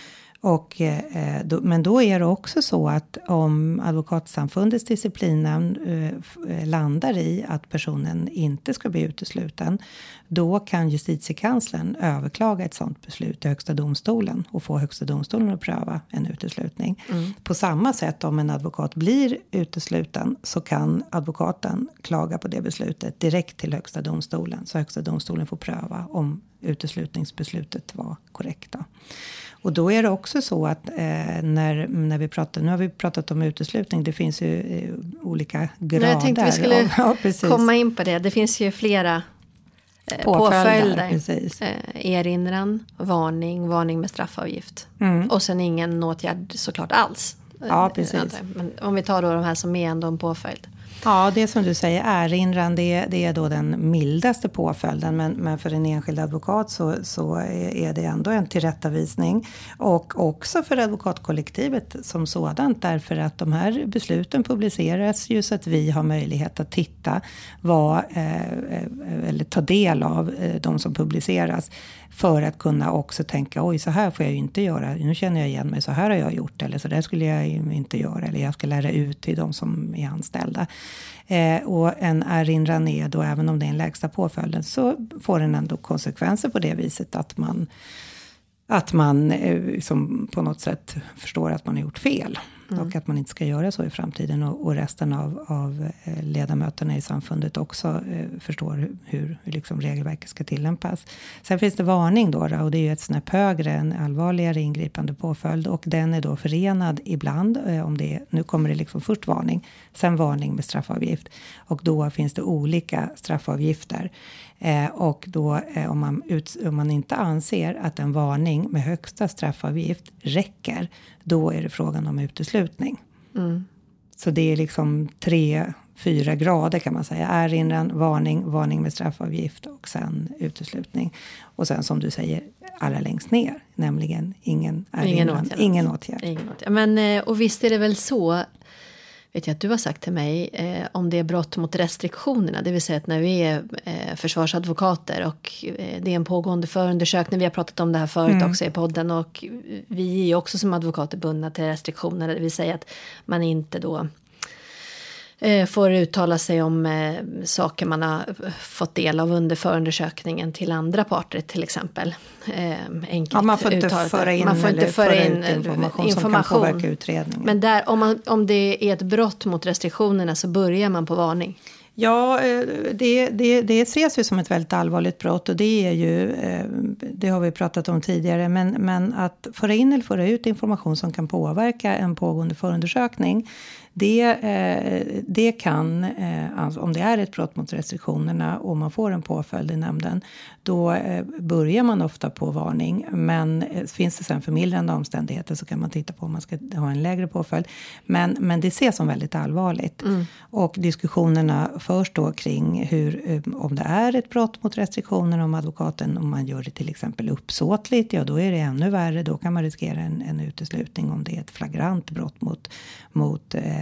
Och, eh, då, men då är det också så att om advokatsamfundets disciplinnämnd eh, landar i att personen inte ska bli utesluten, då kan justitiekanslern överklaga ett sådant beslut till högsta domstolen och få högsta domstolen att pröva en uteslutning. Mm. På samma sätt, om en advokat blir utesluten, så kan advokaten klaga på det beslutet direkt till högsta domstolen, så högsta domstolen får pröva om uteslutningsbeslutet var korrekta. Och då är det också så att eh, när, när vi pratar, nu har vi pratat om uteslutning, det finns ju eh, olika grader. Jag tänkte vi skulle ja, ja, komma in på det. Det finns ju flera eh, påföljder. påföljder. Eh, erinran, varning, varning med straffavgift. Mm. Och sen ingen åtgärd såklart alls. Ja, precis. Men om vi tar då de här som är ändå en påföljd. Ja, det som du säger, erinran, det, det är då den mildaste påföljden. Men, men för en enskild advokat så, så är det ändå en tillrättavisning. Och också för advokatkollektivet som sådant. Därför att de här besluten publiceras ju så att vi har möjlighet att titta vad, eh, eller ta del av eh, de som publiceras. För att kunna också tänka, oj, så här får jag ju inte göra. Nu känner jag igen mig, så här har jag gjort. Eller så där skulle jag inte göra. Eller jag ska lära ut till de som är anställda. Eh, och en erinran är då, även om det är en lägsta påföljden, så får den ändå konsekvenser på det viset att man att man eh, som på något sätt förstår att man har gjort fel. Mm. Och att man inte ska göra så i framtiden. Och, och resten av, av ledamöterna i samfundet också eh, förstår hur, hur liksom regelverket ska tillämpas. Sen finns det varning då, och det är ju ett snäpp högre, en allvarligare ingripande påföljd. Och den är då förenad ibland, eh, om det är, nu kommer det liksom först varning, sen varning med straffavgift. Och då finns det olika straffavgifter. Eh, och då eh, om, man ut, om man inte anser att en varning med högsta straffavgift räcker, då är det frågan om uteslutning. Mm. Så det är liksom tre, fyra grader kan man säga. Erinran, varning, varning med straffavgift och sen uteslutning. Och sen som du säger, allra längst ner, nämligen ingen erinran, ingen åtgärd. Ingen åtgärd. Ingen åtgärd. Men, och visst är det väl så, vet jag att du har sagt till mig, eh, om det är brott mot restriktionerna. Det vill säga att när vi är eh, försvarsadvokater och eh, det är en pågående förundersökning. Vi har pratat om det här förut mm. också i podden. Och vi är ju också som advokater bundna till restriktionerna. Det vill säga att man inte då eh, får uttala sig om eh, saker man har fått del av under förundersökningen till andra parter till exempel. Eh, enkelt ja, man får inte uttalat. föra in, man får inte föra in information, information som kan påverka utredningen. Men där, om, man, om det är ett brott mot restriktionerna så börjar man på varning. Ja, det, det, det ses ju som ett väldigt allvarligt brott och det är ju, det har vi pratat om tidigare, men, men att föra in eller föra ut information som kan påverka en pågående förundersökning, det, det kan, alltså om det är ett brott mot restriktionerna och man får en påföljd i nämnden, då börjar man ofta på varning, men finns det sen förmildrande omständigheter så kan man titta på om man ska ha en lägre påföljd, men, men det ses som väldigt allvarligt. Mm. Och diskussionerna först då kring hur, om det är ett brott mot restriktionerna, om advokaten, om man gör det till exempel uppsåtligt, ja då är det ännu värre, då kan man riskera en, en uteslutning om det är ett flagrant brott mot, mot eh,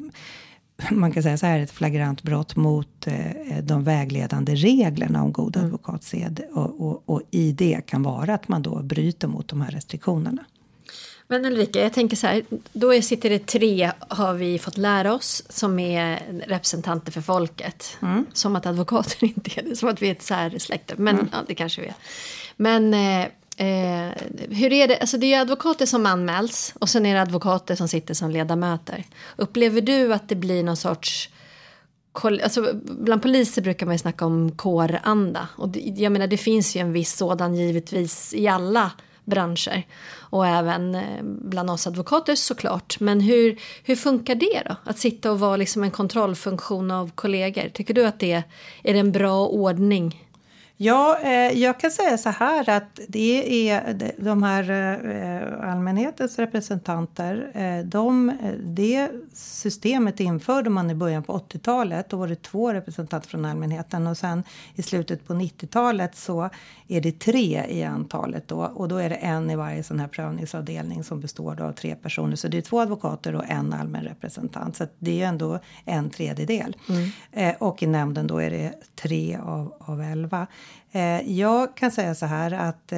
man kan säga så här, ett flagrant brott mot eh, de vägledande reglerna om god mm. advokatsed och, och, och i det kan vara att man då bryter mot de här restriktionerna. Men Ulrika, jag tänker så här, då sitter det tre, har vi fått lära oss, som är representanter för folket. Mm. Som att advokater inte är det, som att vi är ett särsläkte, men mm. ja, det kanske vi är. Men eh, eh, hur är det, alltså det är ju advokater som anmäls och sen är det advokater som sitter som ledamöter. Upplever du att det blir någon sorts, alltså bland poliser brukar man ju snacka om kåranda, och det, jag menar det finns ju en viss sådan givetvis i alla branscher och även bland oss advokater såklart. Men hur, hur funkar det då? Att sitta och vara liksom en kontrollfunktion av kollegor. Tycker du att det är, är det en bra ordning? Ja, eh, jag kan säga så här att det är de här eh, allmänhetens representanter, eh, de, det systemet införde man i början på åttiotalet. Då var det två representanter från allmänheten och sen i slutet på nittiotalet så är det tre i antalet då. Och då är det en i varje sån här prövningsavdelning som består av tre personer. Så det är två advokater och en allmän representant. Så det är ju ändå en tredjedel. Mm. Eh, och i nämnden då är det tre av, av elva. Jag kan säga så här att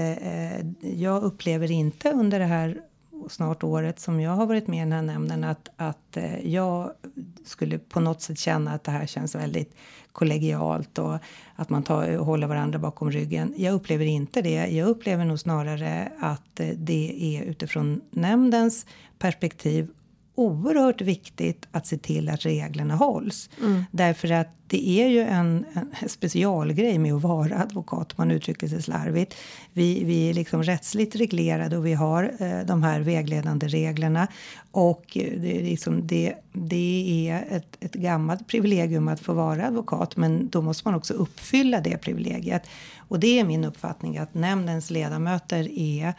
jag upplever inte under det här snart året som jag har varit med i den här nämnden att, att jag skulle på något sätt känna att det här känns väldigt kollegialt och att man tar, håller varandra bakom ryggen. Jag upplever inte det. Jag upplever nog snarare att det är utifrån nämndens perspektiv oerhört viktigt att se till att reglerna hålls. Mm. Därför att det är ju en, en specialgrej med att vara advokat, man uttrycker sig slarvigt. Vi, vi är liksom rättsligt reglerade och vi har eh, de här vägledande reglerna. Och det är, liksom, det, det är ett, ett gammalt privilegium att få vara advokat, men då måste man också uppfylla det privilegiet. Och det är min uppfattning att nämndens ledamöter är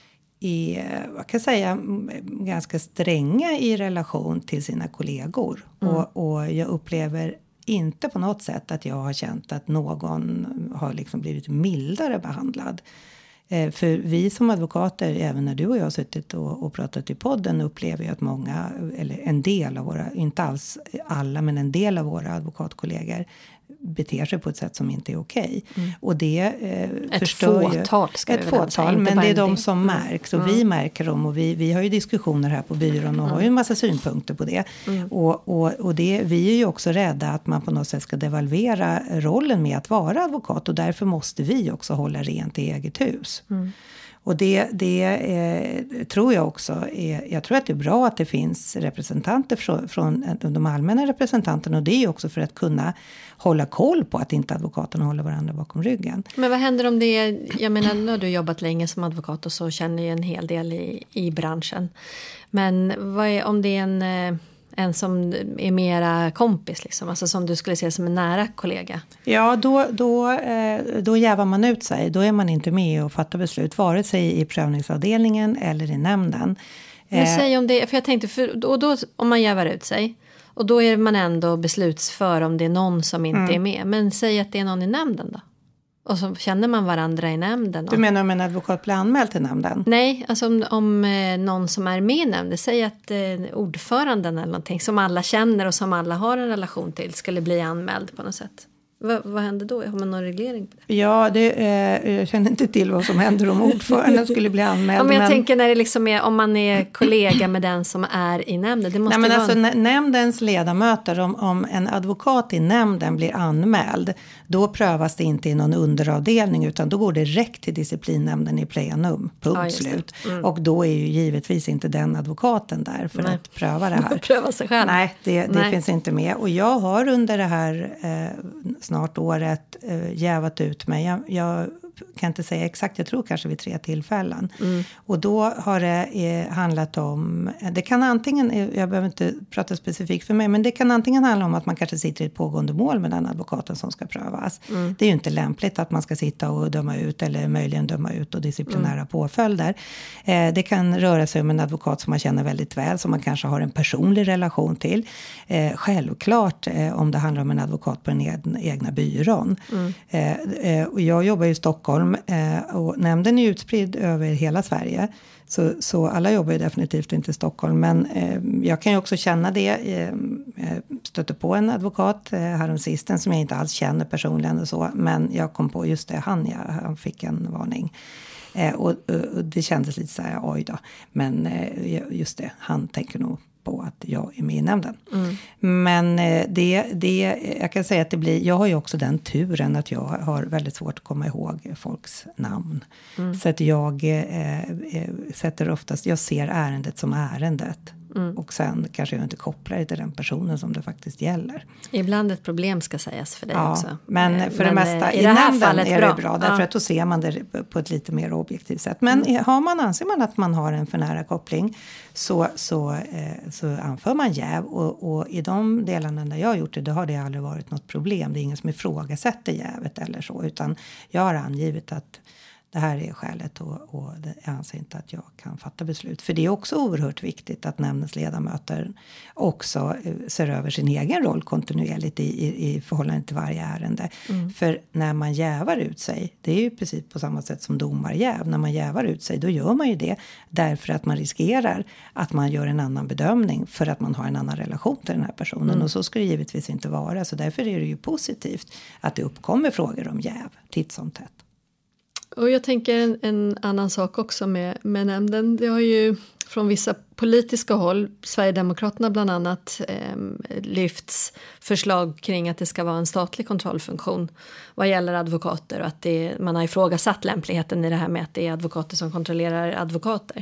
är, vad kan jag säga, ganska stränga i relation till sina kollegor. Mm. Och, och jag upplever inte på något sätt att jag har känt att någon har liksom blivit mildare behandlad. Eh, för vi som advokater, även när du och jag har suttit och, och pratat i podden, upplever ju att många, eller en del av våra, inte alls alla, men en del av våra advokatkollegor beter sig på ett sätt som inte är okej. Mm. Och det eh, ett förstår fåtal, ska ju, ett fåtal, säga, men det är de som märks och mm. vi märker dem och vi, vi har ju diskussioner här på byrån och mm. har ju en massa synpunkter på det. Mm. Och, och, och det, vi är ju också rädda att man på något sätt ska devalvera rollen med att vara advokat och därför måste vi också hålla rent i eget hus. Mm. Och det, det eh, tror jag också är, jag tror att det är bra att det finns representanter från, från de allmänna representanterna, och det är ju också för att kunna hålla koll på att inte advokaterna håller varandra bakom ryggen. Men vad händer om det är, jag menar nu har du jobbat länge som advokat och så känner ju en hel del i, i branschen. Men vad är, om det är en, en som är mera kompis liksom, alltså som du skulle se som en nära kollega? Ja, då, då, då jävar man ut sig. Då är man inte med och fattar beslut, vare sig i prövningsavdelningen eller i nämnden. Men säg om det, för jag tänkte, för, och då, om man jävar ut sig, och då är man ändå beslutsför om det är någon som inte mm. är med. Men säg att det är någon i nämnden då. Och så känner man varandra i nämnden. Du menar om en advokat blir anmäld till nämnden? Nej, alltså om, om eh, någon som är med i nämnden. Säg att eh, ordföranden eller någonting som alla känner och som alla har en relation till skulle bli anmäld på något sätt. Va, vad händer då? Har man någon reglering på det? Ja, det, eh, jag känner inte till vad som händer om ordföranden skulle bli anmäld. Ja, men jag men... tänker när det liksom är, om man är kollega med den som är i nämnden. Det måste Nej, men vara... alltså en... nämndens ledamöter, om, om en advokat i nämnden blir anmäld, då prövas det inte i någon underavdelning, utan då går det direkt till disciplinnämnden i plenum, punkt ja, slut. Mm. Och då är ju givetvis inte den advokaten där för Nej. att pröva det här. pröva sig själv. Nej, det, det Nej. finns inte med. Och jag har under det här eh, snart året eh, jävat ut mig. Jag, jag kan inte säga exakt, jag tror kanske vid tre tillfällen. Mm. Och då har det eh, handlat om, det kan antingen, jag behöver inte prata specifikt för mig, men det kan antingen handla om att man kanske sitter i ett pågående mål med den advokaten som ska prövas. Mm. Det är ju inte lämpligt att man ska sitta och döma ut eller möjligen döma ut och disciplinära mm. påföljder. Eh, det kan röra sig om en advokat som man känner väldigt väl, som man kanske har en personlig relation till. Eh, självklart eh, om det handlar om en advokat på den egna byrån. Mm. Eh, eh, och jag jobbar i Stockholm eh, och nämnden är utspridd över hela Sverige. Så, så alla jobbar ju definitivt inte i Stockholm. Men eh, jag kan ju också känna det. Eh, stötte på en advokat eh, häromsisten som jag inte alls känner personligen och så. Men jag kom på just det, han, ja, han fick en varning. Eh, och, och det kändes lite så här, oj då. Men eh, just det, han tänker nog på att jag är med i nämnden. Mm. Men eh, det, det, jag kan säga att det blir, jag har ju också den turen att jag har väldigt svårt att komma ihåg folks namn. Mm. Så att jag eh, eh, sätter oftast, jag ser ärendet som ärendet. Mm. Och sen kanske jag inte kopplar det till den personen som det faktiskt gäller. Ibland ett problem ska sägas för dig ja, också. Men för men det mesta i, i det här nämnden fallet är bra. det bra. Därför ja. att då ser man det på ett lite mer objektivt sätt. Men mm. har man, anser man att man har en för nära koppling så, så, eh, så anför man jäv. Och, och i de delarna där jag har gjort det, då har det aldrig varit något problem. Det är ingen som ifrågasätter jävet eller så. Utan jag har angivit att det här är skälet och, och jag anser inte att jag kan fatta beslut. För det är också oerhört viktigt att nämndens ledamöter också ser över sin egen roll kontinuerligt i, i, i förhållande till varje ärende. Mm. För när man jävar ut sig, det är ju precis på samma sätt som domarjäv. När man jävar ut sig, då gör man ju det därför att man riskerar att man gör en annan bedömning för att man har en annan relation till den här personen. Mm. Och så ska det givetvis inte vara. Så därför är det ju positivt att det uppkommer frågor om jäv titt som tätt. Och jag tänker en, en annan sak också med, med nämnden. Det har ju från vissa politiska håll, Sverigedemokraterna bland annat, eh, lyfts förslag kring att det ska vara en statlig kontrollfunktion vad gäller advokater. Och att det, man har ifrågasatt lämpligheten i det här med att det är advokater som kontrollerar advokater.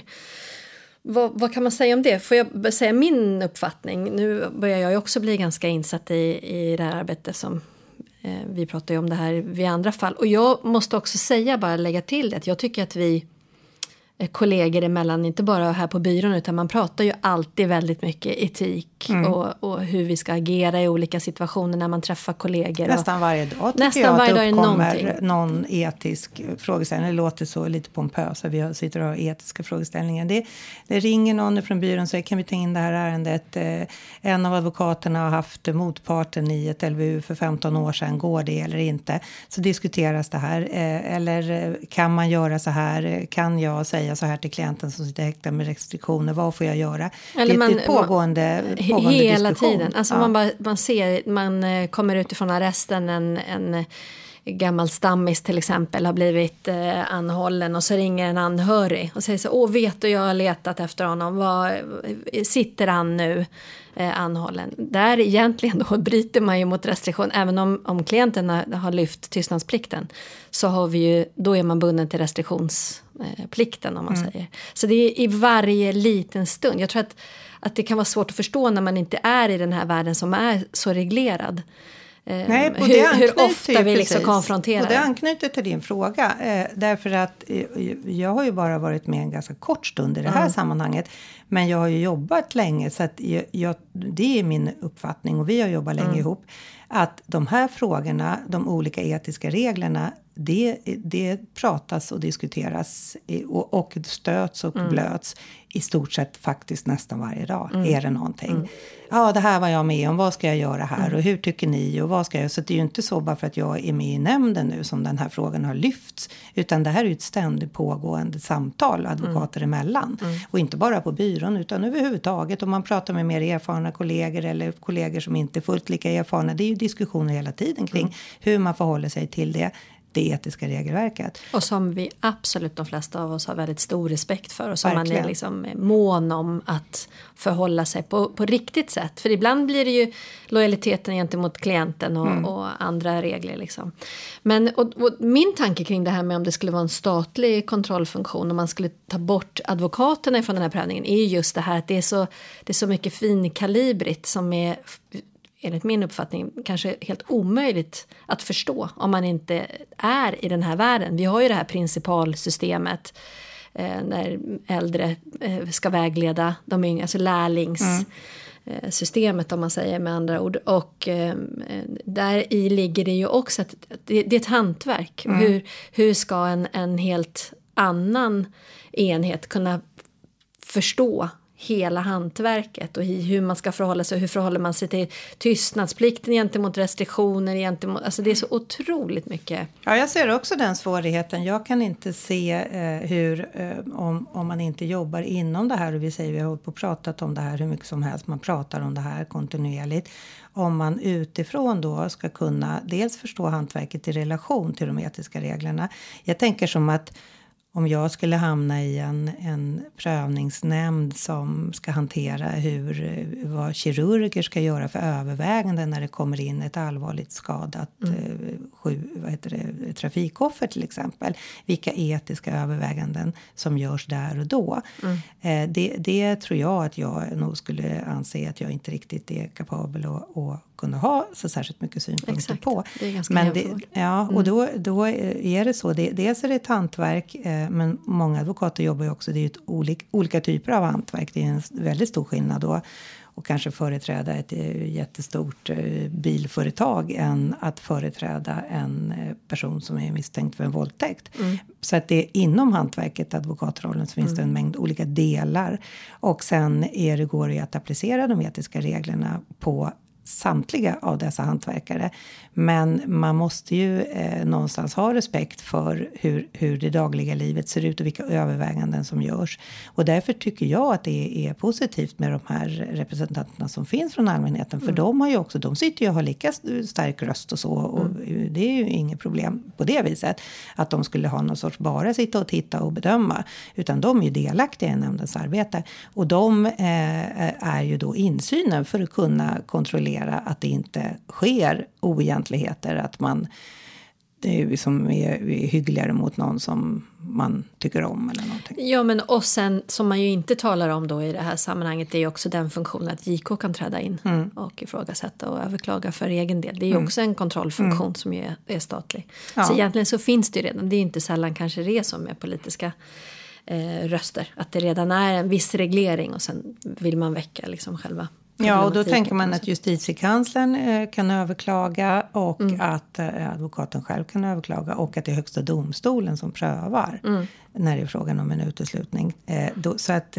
Vad, vad kan man säga om det? Får jag säga min uppfattning? Nu börjar jag ju också bli ganska insatt i, i det här arbetet som... Vi pratar ju om det här vid andra fall. Och jag måste också säga, bara lägga till det, att jag tycker att vi kollegor emellan, inte bara här på byrån, utan man pratar ju alltid väldigt mycket etik mm. och, och hur vi ska agera i olika situationer när man träffar kollegor. Nästan varje dag tycker nästan jag varje att det uppkommer någon etisk frågeställning. Det låter så lite pompösa, vi sitter och har etiska frågeställningar. Det, det ringer någon från byrån och säger, kan vi ta in det här ärendet? En av advokaterna har haft motparten i ett L V U för femton år sedan, går det eller inte? Så diskuteras det här. Eller kan man göra så här? Kan jag säga så här till klienten som sitter häktad med restriktioner, vad får jag göra? Eller det man, är ett pågående, pågående hela diskussion. tiden. Alltså ja. man, bara, man ser, man kommer utifrån arresten en, en gammal stammis till exempel har blivit eh, anhållen och så ringer en anhörig och säger så, åh vet du, jag har letat efter honom, var sitter han nu eh, anhållen? Där egentligen då bryter man ju mot restriktion, även om, om klienten har, har lyft tystnadsplikten, så har vi ju, då är man bunden till restriktionsplikten om man mm. säger. Så det är i varje liten stund. Jag tror att, att det kan vara svårt att förstå när man inte är i den här världen som är så reglerad. Nej, och hur, hur ofta vi liksom konfronterar. Och det anknyter till din fråga. Eh, därför att eh, jag har ju bara varit med en ganska kort stund i det här mm. sammanhanget. Men jag har ju jobbat länge, så att jag, jag, det är min uppfattning och vi har jobbat länge mm. ihop. Att de här frågorna, de olika etiska reglerna, det, det pratas och diskuteras och, och stöts och mm. blöts i stort sett faktiskt nästan varje dag. Mm. Är det någonting? Mm. Ja, det här var jag med om. Vad ska jag göra här? Mm. Och hur tycker ni? Och vad ska jag? Så det är ju inte så bara för att jag är med i nämnden nu som den här frågan har lyfts. Utan det här är ju ett ständigt pågående samtal advokater mm. emellan. Mm. Och inte bara på byrån utan överhuvudtaget. Om man pratar med mer erfarna kollegor eller kollegor som inte är fullt lika erfarna. Det är ju diskussioner hela tiden kring mm. hur man förhåller sig till det. Det etiska regelverket. Och som vi absolut de flesta av oss har väldigt stor respekt för. Och som Verkligen. Man är liksom mån om att förhålla sig på, på riktigt sätt. För ibland blir det ju lojaliteten gentemot klienten och, mm. och andra regler. Liksom. Men och, och min tanke kring det här med om det skulle vara en statlig kontrollfunktion. Om man skulle ta bort advokaterna från den här prövningen. Är ju just det här att det är så, det är så mycket finkalibrigt som är... enligt min uppfattning kanske helt omöjligt att förstå om man inte är i den här världen. Vi har ju det här principalsystemet eh, när äldre eh, ska vägleda de yngre, alltså lärlingssystemet mm. om man säger med andra ord. Och eh, där i ligger det ju också att det, det är ett hantverk. Mm. Hur, hur ska en, en helt annan enhet kunna förstå hela hantverket och hur man ska förhålla sig, hur förhåller man sig till tystnadsplikten gentemot restriktioner gentemot, alltså det är så otroligt mycket. Ja, jag ser också den svårigheten. Jag kan inte se eh, hur eh, om, om man inte jobbar inom det här, och vi säger vi har hållit på och pratat om det här hur mycket som helst, man pratar om det här kontinuerligt. Om man utifrån då ska kunna dels förstå hantverket i relation till de etiska reglerna. Jag tänker som att om jag skulle hamna i en, en prövningsnämnd som ska hantera hur, vad kirurger ska göra för överväganden när det kommer in ett allvarligt skadat mm. eh, sju, vad heter det, trafikoffer till exempel. Vilka etiska överväganden som görs där och då. Mm. Eh, det, det tror jag att jag nog skulle anse att jag inte riktigt är kapabel att, att kunna ha så särskilt mycket synpunkter Exakt. På. Det är ganska men det, ja, och mm. då, då är det så. Det, dels är det ett hantverk, eh, men många advokater jobbar ju också. Det är ju ett olik, olika typer av hantverk. Det är en väldigt stor skillnad då. Och kanske företräda ett jättestort eh, bilföretag än att företräda en eh, person som är misstänkt för en våldtäkt. Mm. Så att det är inom hantverket, advokatrollen, så finns mm. det en mängd olika delar. Och sen är det, går det att applicera de etiska reglerna på samtliga av dessa hantverkare. Men man måste ju eh, någonstans ha respekt för hur, hur det dagliga livet ser ut och vilka överväganden som görs. Och därför tycker jag att det är positivt med de här representanterna som finns från allmänheten. För mm. de har ju också, de sitter ju och har lika stark röst och så. Och mm. det är ju inget problem på det viset. Att de skulle ha någon sorts bara sitta och titta och bedöma. Utan de är ju delaktiga i nämndens arbete. Och de eh, är ju då insynen för att kunna kontrollera att det inte sker oegentligheter, att man det är liksom är, är hyggligare mot någon som man tycker om eller någonting. Ja, men och sen som man ju inte talar om då i det här sammanhanget, det är ju också den funktionen att J K kan träda in mm. och ifrågasätta och överklaga för egen del. Det är ju mm. också en kontrollfunktion mm. som ju är, är statlig. Ja. Så egentligen så finns det ju redan, det är inte sällan kanske det är som med politiska eh, röster, att det redan är en viss reglering och sen vill man väcka liksom själva. Ja, och då tänker man att justitiekanslern eh, kan överklaga och mm. att eh, advokaten själv kan överklaga och att det är högsta domstolen som prövar mm. när det är frågan om en uteslutning. Eh, då, så att eh,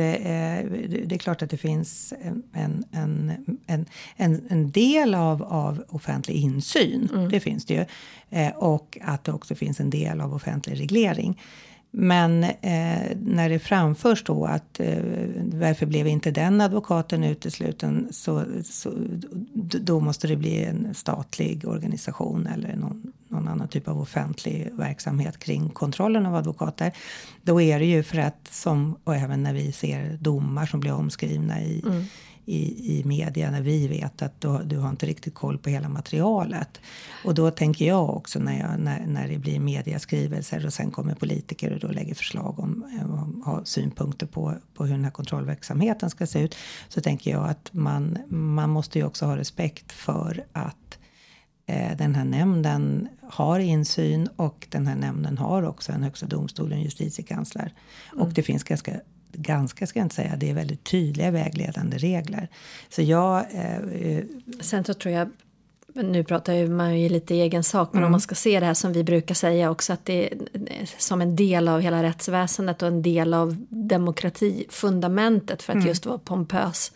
det är klart att det finns en, en, en, en, en del av, av offentlig insyn, mm. det finns det ju, eh, och att det också finns en del av offentlig reglering. Men eh, när det framförs då att eh, varför blev inte den advokaten utesluten, så, så då måste det bli en statlig organisation eller någon, någon annan typ av offentlig verksamhet kring kontrollen av advokater. Då är det ju för att, som, och även när vi ser domar som blir omskrivna i, mm. i, i media, när vi vet att du, du har inte riktigt koll på hela materialet. Och då tänker jag också när, jag, när, när det blir mediaskrivelser och sen kommer politiker och då lägger förslag om, om har synpunkter på, på hur den här kontrollverksamheten ska se ut, så tänker jag att man, man måste ju också ha respekt för att eh, den här nämnden har insyn och den här nämnden har också en högsta domstol, en justitiekansler. Mm. Och det finns ganska ganska ska jag inte säga, det är väldigt tydliga vägledande regler. Så jag... Eh, Sen så tror jag, nu pratar ju man ju lite i egen sak, men mm. om man ska se det här som vi brukar säga också, att det är som en del av hela rättsväsendet och en del av demokratifundamentet för att mm. just vara pompös,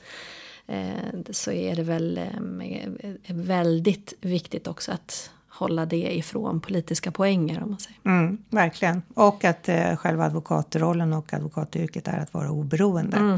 eh, så är det väl eh, väldigt viktigt också att hålla det ifrån politiska poänger, om man säger. Mm, verkligen. Och att eh, själva advokatrollen och advokatyrket är att vara oberoende. Mm.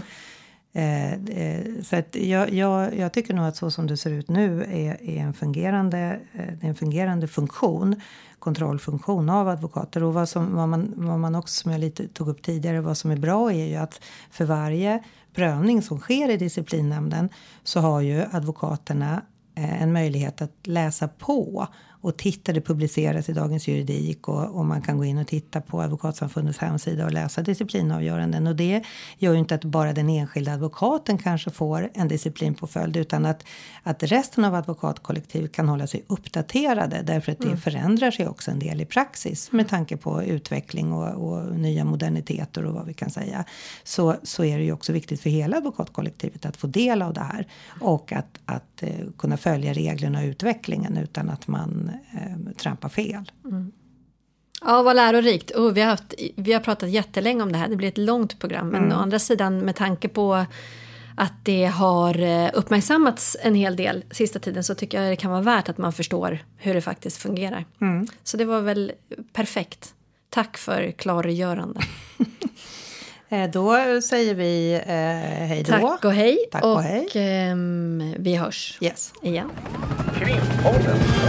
Eh, eh, så att jag, jag, jag tycker nog att så som det ser ut nu är, är en, fungerande, eh, en fungerande funktion, kontrollfunktion av advokater. Och vad, som, vad, man, vad man också, som jag lite tog upp tidigare, vad som är bra är ju att för varje prövning som sker i disciplinnämnden så har ju advokaterna eh, en möjlighet att läsa på och titta, det publiceras i Dagens Juridik och, och man kan gå in och titta på Advokatsamfundets hemsida och läsa disciplinavgöranden. Och det gör ju inte att bara den enskilda advokaten kanske får en disciplinpåföljd, utan att, att resten av advokatkollektivet kan hålla sig uppdaterade, därför att det mm. förändrar sig också en del i praxis med tanke på utveckling och, och nya moderniteter och vad vi kan säga. Så, så är det ju också viktigt för hela advokatkollektivet att få del av det här och att, att uh, kunna följa reglerna och utvecklingen utan att man eh, trampar fel. Mm. Ja, vad lärorikt. Och vi, har haft, vi har pratat jättelänge om det här. Det blir ett långt program. Men mm. å andra sidan, med tanke på att det har uppmärksammats en hel del sista tiden, så tycker jag det kan vara värt att man förstår hur det faktiskt fungerar. Mm. Så det var väl perfekt. Tack för klargörande. Då säger vi eh, hej då. Tack och hej. Tack och och hej. Eh, vi hörs yes. igen. Krimpodden.